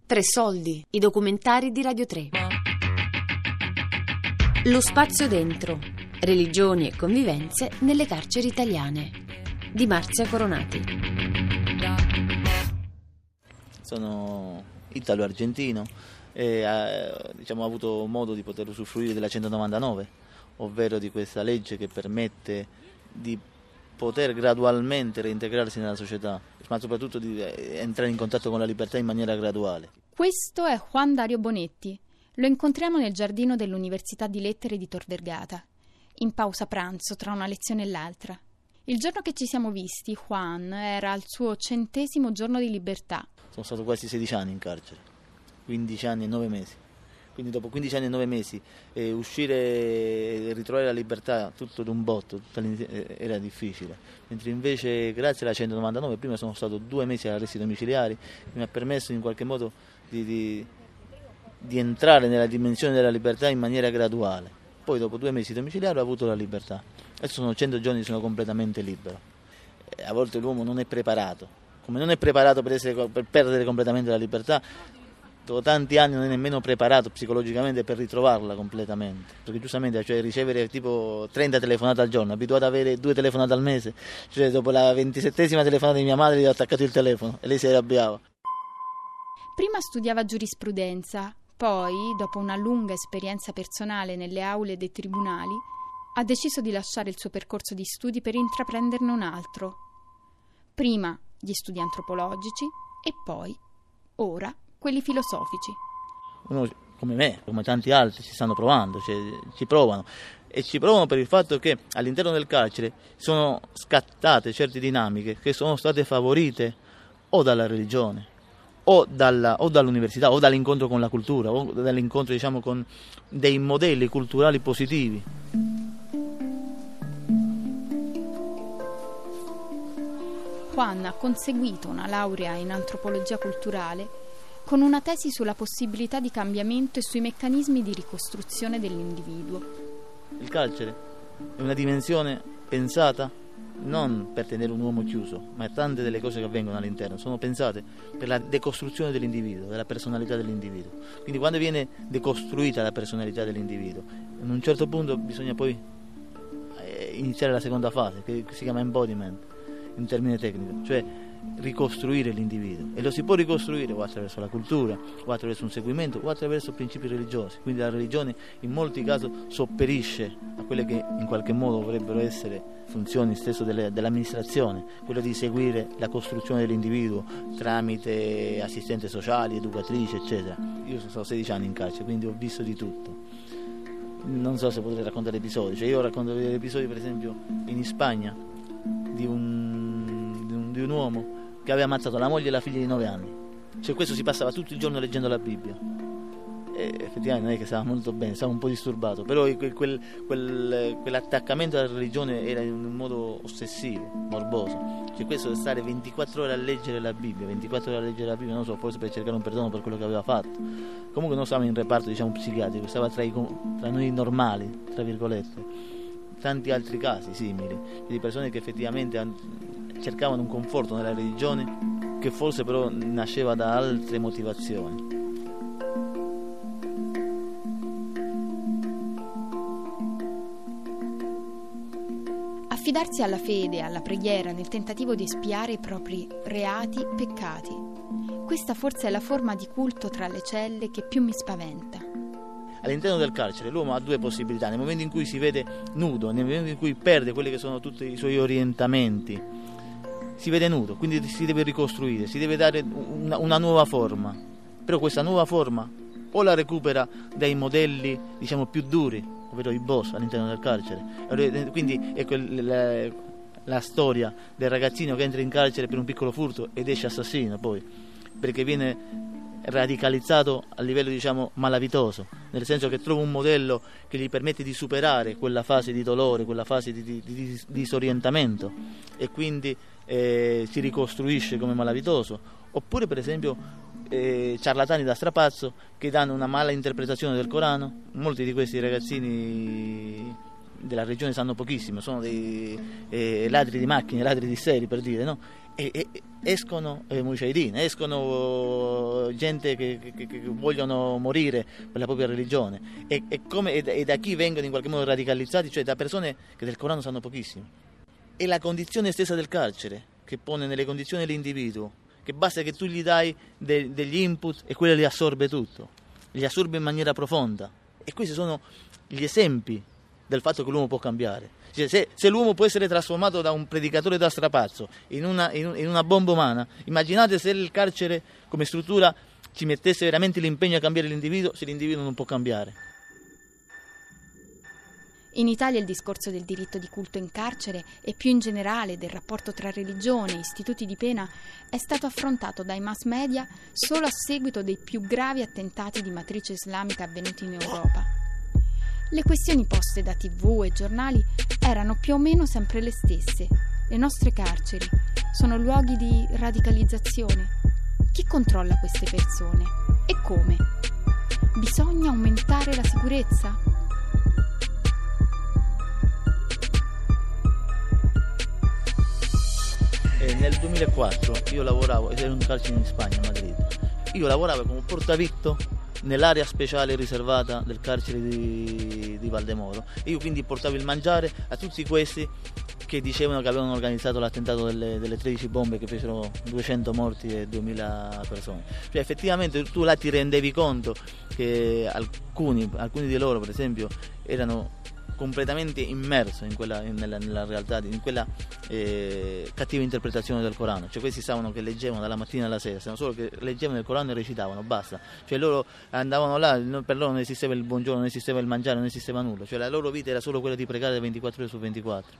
Tre soldi, i documentari di Radio 3. Lo spazio dentro, religioni e convivenze nelle carceri italiane, di Marzia Coronati. Sono italo-argentino e ho avuto modo di poter usufruire della 199, ovvero di questa legge che permette di poter gradualmente reintegrarsi nella società, ma soprattutto di entrare in contatto con la libertà in maniera graduale. Questo è Juan Dario Bonetti. Lo incontriamo nel giardino dell'Università di Lettere di Tor Vergata, in pausa pranzo tra una lezione e l'altra. Il giorno che ci siamo visti, Juan era al suo 100° giorno di libertà. Sono stato quasi 16 anni in carcere, 15 anni e 9 mesi. Quindi dopo 15 anni e 9 mesi uscire e ritrovare la libertà tutto d'un botto era difficile. Mentre invece grazie alla 199 prima sono stato 2 mesi agli arresti domiciliari, mi ha permesso in qualche modo di entrare nella dimensione della libertà in maniera graduale. Poi dopo 2 mesi domiciliari ho avuto la libertà. Adesso sono 100 giorni, sono completamente libero. A volte l'uomo non è preparato, come non è preparato per perdere completamente la libertà. Dopo tanti anni non è nemmeno preparato psicologicamente per ritrovarla completamente, perché giustamente ricevere tipo 30 telefonate al giorno, abituato ad avere 2 telefonate al mese, dopo la 27ª telefonata di mia madre gli ho attaccato il telefono e lei si arrabbiava. Prima studiava giurisprudenza, poi, dopo una lunga esperienza personale nelle aule dei tribunali, ha deciso di lasciare il suo percorso di studi per intraprenderne un altro. Prima gli studi antropologici e poi, ora, quelli filosofici. Uno come me, come tanti altri, ci stanno provando, ci provano per il fatto che all'interno del carcere sono scattate certe dinamiche che sono state favorite o dalla religione o dall'università o dall'incontro con la cultura o dall'incontro con dei modelli culturali positivi. Juan ha conseguito una laurea in antropologia culturale con una tesi sulla possibilità di cambiamento e sui meccanismi di ricostruzione dell'individuo. Il carcere è una dimensione pensata non per tenere un uomo chiuso, ma tante delle cose che avvengono all'interno sono pensate per la decostruzione dell'individuo, della personalità dell'individuo. Quindi quando viene decostruita la personalità dell'individuo, in un certo punto bisogna poi iniziare la seconda fase, che si chiama embodiment in termine tecnico, cioè ricostruire l'individuo, e lo si può ricostruire o attraverso la cultura o attraverso un seguimento o attraverso principi religiosi. Quindi la religione in molti casi sopperisce a quelle che in qualche modo dovrebbero essere funzioni stesso dell'amministrazione, quello di seguire la costruzione dell'individuo tramite assistenti sociali, educatrici, eccetera. Io sono stato 16 anni in carcere, quindi ho visto di tutto. Non so se potrei raccontare episodi, io racconto degli episodi per esempio in Spagna di un uomo che aveva ammazzato la moglie e la figlia di 9 anni. Questo si passava tutto il giorno leggendo la Bibbia e effettivamente non è che stava molto bene, stava un po' disturbato, però quell'attaccamento alla religione era in un modo ossessivo, morboso. Questo di stare 24 ore a leggere la Bibbia, non so, forse per cercare un perdono per quello che aveva fatto. Comunque non stava in reparto psichiatrico, stava tra noi normali, tra virgolette. Tanti altri casi simili di persone che effettivamente cercavano un conforto nella religione che forse però nasceva da altre motivazioni. Affidarsi alla fede e alla preghiera nel tentativo di espiare i propri reati, peccati. Questa forse è la forma di culto tra le celle che più mi spaventa. All'interno del carcere l'uomo ha 2 possibilità: nel momento in cui si vede nudo, nel momento in cui perde quelli che sono tutti i suoi orientamenti, si vede nudo, quindi si deve ricostruire, si deve dare una nuova forma. Però questa nuova forma o la recupera dai modelli più duri, ovvero i boss all'interno del carcere. Quindi ecco la storia del ragazzino che entra in carcere per un piccolo furto ed esce assassino poi, perché viene radicalizzato a livello malavitoso, nel senso che trova un modello che gli permette di superare quella fase di dolore, quella fase di disorientamento, e quindi si ricostruisce come malavitoso. Oppure per esempio ciarlatani da strapazzo che danno una mala interpretazione del Corano. Molti di questi ragazzini della regione sanno pochissimo, sono dei ladri di macchine, ladri di serie, per dire, no? E escono mujahideen, escono gente che vogliono morire per la propria religione, e da chi vengono in qualche modo radicalizzati, cioè da persone che del Corano sanno pochissimo. È la condizione stessa del carcere che pone nelle condizioni l'individuo, che basta che tu gli dai degli input e quello li assorbe tutto, li assorbe in maniera profonda. E questi sono gli esempi del fatto che l'uomo può cambiare. Cioè, se l'uomo può essere trasformato da un predicatore da strapazzo in una bomba umana, immaginate se il carcere come struttura ci mettesse veramente l'impegno a cambiare l'individuo, se l'individuo non può cambiare. In Italia il discorso del diritto di culto in carcere e più in generale del rapporto tra religione e istituti di pena è stato affrontato dai mass media solo a seguito dei più gravi attentati di matrice islamica avvenuti in Europa. Le questioni poste da TV e giornali erano più o meno sempre le stesse. Le nostre carceri sono luoghi di radicalizzazione. Chi controlla queste persone? E come? Bisogna aumentare la sicurezza? Nel 2004 io lavoravo, ed ero in un carcere in Spagna, a Madrid. Io lavoravo come portavitto nell'area speciale riservata del carcere di Valdemoro. Io quindi portavo il mangiare a tutti questi che dicevano che avevano organizzato l'attentato delle 13 bombe che fecero 200 morti e 2000 persone. Cioè effettivamente tu là ti rendevi conto che alcuni di loro, per esempio, erano completamente immerso nella realtà, in quella cattiva interpretazione del Corano. Cioè questi stavano che leggevano dalla mattina alla sera, stavano solo che leggevano il Corano e recitavano, basta. Cioè loro andavano là, per loro non esisteva il buongiorno, non esisteva il mangiare, non esisteva nulla. Cioè la loro vita era solo quella di pregare 24 ore su 24.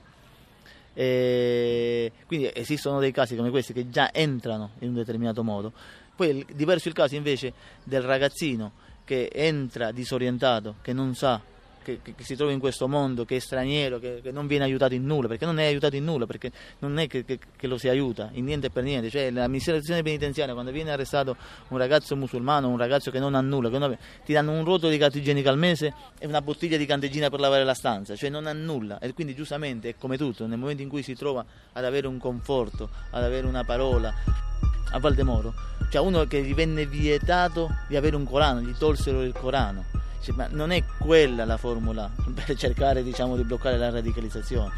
Quindi esistono dei casi come questi che già entrano in un determinato modo. Poi diverso il caso invece del ragazzino che entra disorientato, che non sa, che si trova in questo mondo, che è straniero, che non viene aiutato in nulla, perché non è aiutato in nulla, perché non è che lo si aiuta in niente e per niente. Cioè l'amministrazione penitenziaria, quando viene arrestato un ragazzo musulmano, un ragazzo che non ha nulla, ti danno un rotolo di carta igienica al mese e una bottiglia di candeggina per lavare la stanza, cioè non ha nulla. E quindi giustamente è come tutto, nel momento in cui si trova ad avere un conforto, ad avere una parola. A Valdemoro, cioè uno che gli venne vietato di avere un Corano, gli tolsero il Corano. Cioè, ma non è quella la formula per cercare, diciamo, di bloccare la radicalizzazione.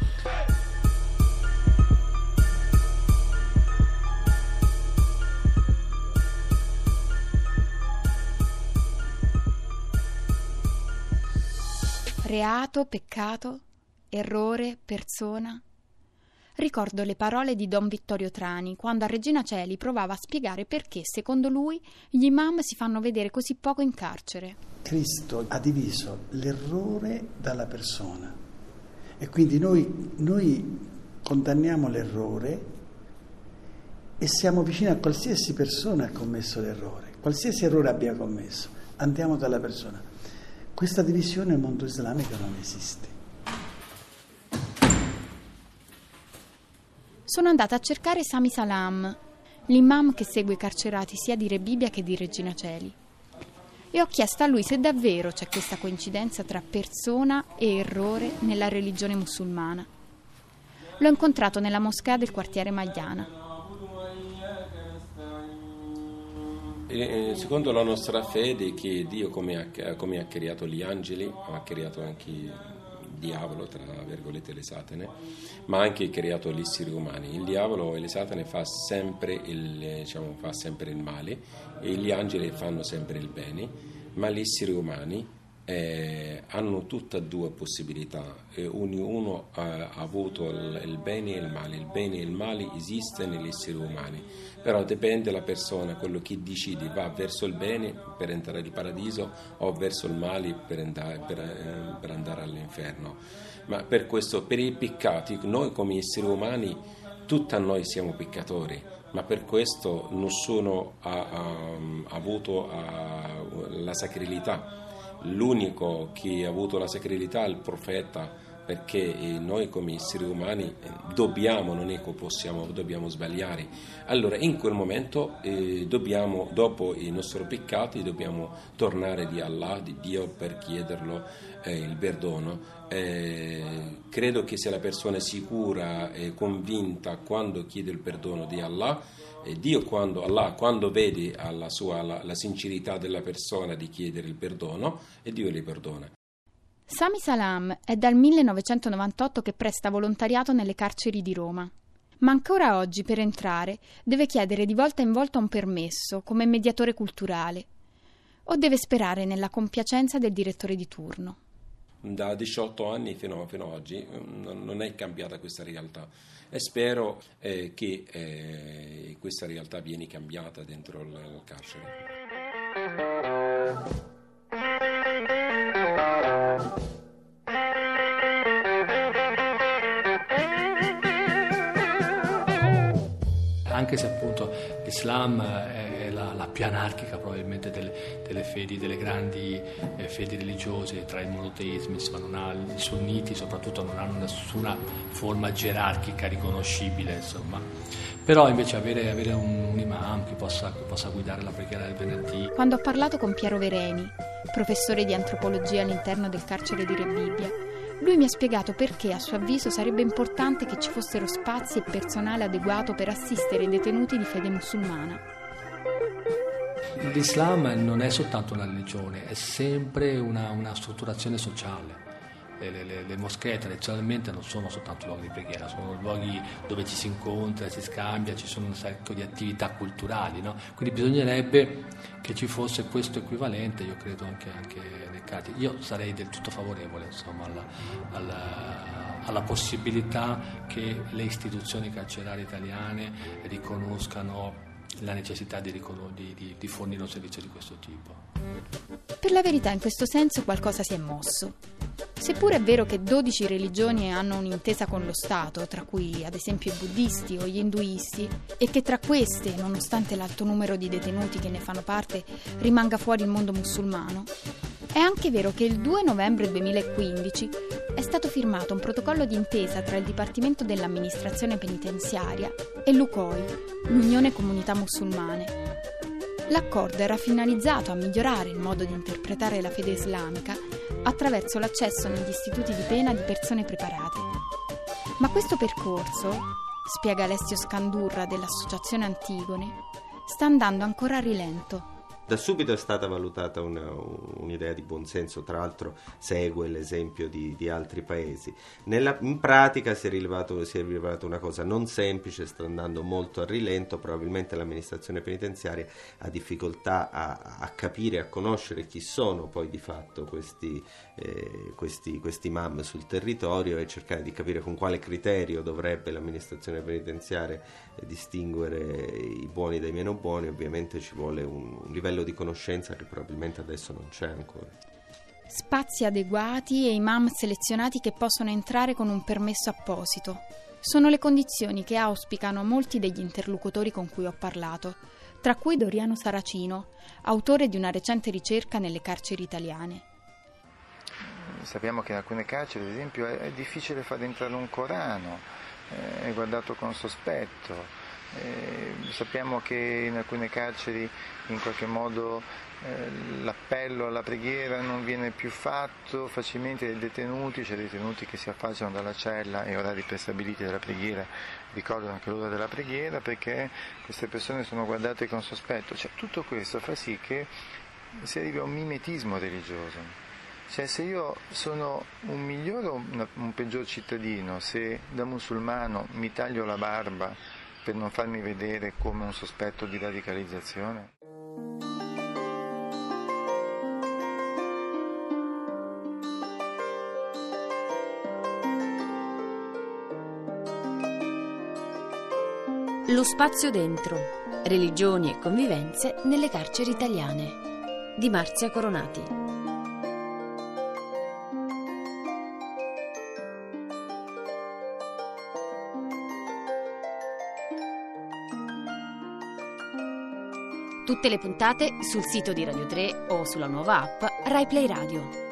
Reato, peccato, errore, persona. Ricordo le parole di Don Vittorio Trani quando a Regina Coeli provava a spiegare perché, secondo lui, gli imam si fanno vedere così poco in carcere. Cristo ha diviso l'errore dalla persona e quindi noi condanniamo l'errore e siamo vicini a qualsiasi persona che ha commesso l'errore, qualsiasi errore abbia commesso, andiamo dalla persona. Questa divisione nel mondo islamico non esiste. Sono andata a cercare Sami Salam, l'imam che segue i carcerati sia di Rebibbia che di Regina Coeli. E ho chiesto a lui se davvero c'è questa coincidenza tra persona e errore nella religione musulmana. L'ho incontrato nella moschea del quartiere Magliana. Secondo la nostra fede che Dio come ha creato gli angeli, ha creato anche il diavolo, tra virgolette le satane, ma ha anche creato gli esseri umani. Il diavolo e le satane fa sempre il male e gli angeli fanno sempre il bene, ma gli esseri umani hanno tutte e due possibilità, ognuno ha avuto il bene e il male. Il bene e il male esiste negli esseri umani, però dipende dalla persona, quello che decide, va verso il bene per entrare nel paradiso o verso il male per andare all'inferno. Ma per questo, per i peccati, noi come esseri umani, tutti noi siamo peccatori, ma per questo nessuno ha avuto la sacralità. L'unico che ha avuto la sacralità è il profeta perché noi come esseri umani dobbiamo sbagliare. Allora in quel momento dopo i nostri peccati, dobbiamo tornare di Allah, di Dio, per chiederlo il perdono. Credo che se la persona è sicura e convinta quando chiede il perdono di Allah, Dio quando vede la sincerità della persona di chiedere il perdono, e Dio le perdona. Sami Salam è dal 1998 che presta volontariato nelle carceri di Roma, ma ancora oggi per entrare deve chiedere di volta in volta un permesso come mediatore culturale o deve sperare nella compiacenza del direttore di turno. Da 18 anni fino ad oggi non è cambiata questa realtà e spero che questa realtà viene cambiata dentro il carcere. Anche se appunto l'Islam è la più anarchica probabilmente delle fedi, delle grandi fedi religiose, tra i monoteismi, i sunniti soprattutto non hanno nessuna forma gerarchica riconoscibile, insomma. Però invece avere un imam che possa guidare la preghiera del venerdì. Quando ho parlato con Piero Vereni, professore di antropologia all'interno del carcere di Rebibbia, lui mi ha spiegato perché a suo avviso sarebbe importante che ci fossero spazi e personale adeguato per assistere i detenuti di fede musulmana. L'Islam non è soltanto una religione, è sempre una strutturazione sociale. Le moschee tradizionalmente non sono soltanto luoghi di preghiera, sono luoghi dove ci si incontra, si scambia, ci sono un sacco di attività culturali, no? Quindi bisognerebbe che ci fosse questo equivalente, io credo anche nel carcere. Io sarei del tutto favorevole, insomma, alla possibilità che le istituzioni carcerarie italiane riconoscano la necessità di fornire un servizio di questo tipo. Per la verità, in questo senso qualcosa si è mosso. Seppure è vero che 12 religioni hanno un'intesa con lo Stato, tra cui ad esempio i buddisti o gli induisti, e che tra queste, nonostante l'alto numero di detenuti che ne fanno parte, rimanga fuori il mondo musulmano, è anche vero che il 2 novembre 2015 è stato firmato un protocollo d'intesa tra il Dipartimento dell'Amministrazione Penitenziaria e l'UCOI, l'Unione Comunità Musulmane. L'accordo era finalizzato a migliorare il modo di interpretare la fede islamica attraverso l'accesso negli istituti di pena di persone preparate. Ma questo percorso, spiega Alessio Scandurra dell'Associazione Antigone, sta andando ancora a rilento. Da subito è stata valutata un'idea di buonsenso, tra l'altro segue l'esempio di altri paesi. In pratica si è rilevato una cosa non semplice, sta andando molto a rilento, probabilmente l'amministrazione penitenziaria ha difficoltà a capire, a conoscere chi sono poi di fatto questi imam sul territorio e cercare di capire con quale criterio dovrebbe l'amministrazione penitenziaria distinguere i buoni dai meno buoni. Ovviamente ci vuole un livello di conoscenza che probabilmente adesso non c'è ancora. Spazi adeguati e imam selezionati che possono entrare con un permesso apposito. Sono le condizioni che auspicano molti degli interlocutori con cui ho parlato, tra cui Doriano Saracino, autore di una recente ricerca nelle carceri italiane. Sappiamo che in alcune carceri, ad esempio, è difficile far entrare un Corano, è guardato con sospetto. Sappiamo che in alcune carceri in qualche modo l'appello alla preghiera non viene più fatto facilmente dai detenuti, c'è detenuti che si affacciano dalla cella e orari prestabiliti della preghiera ricordano anche l'ora della preghiera perché queste persone sono guardate con sospetto. Tutto questo fa sì che si arrivi a un mimetismo religioso. Se io sono un migliore o un peggior cittadino, se da musulmano mi taglio la barba per non farmi vedere come un sospetto di radicalizzazione? Lo spazio dentro. Religioni e convivenze nelle carceri italiane. Di Marzia Coronati. Tutte le puntate sul sito di Radio 3 o sulla nuova app Rai Play Radio.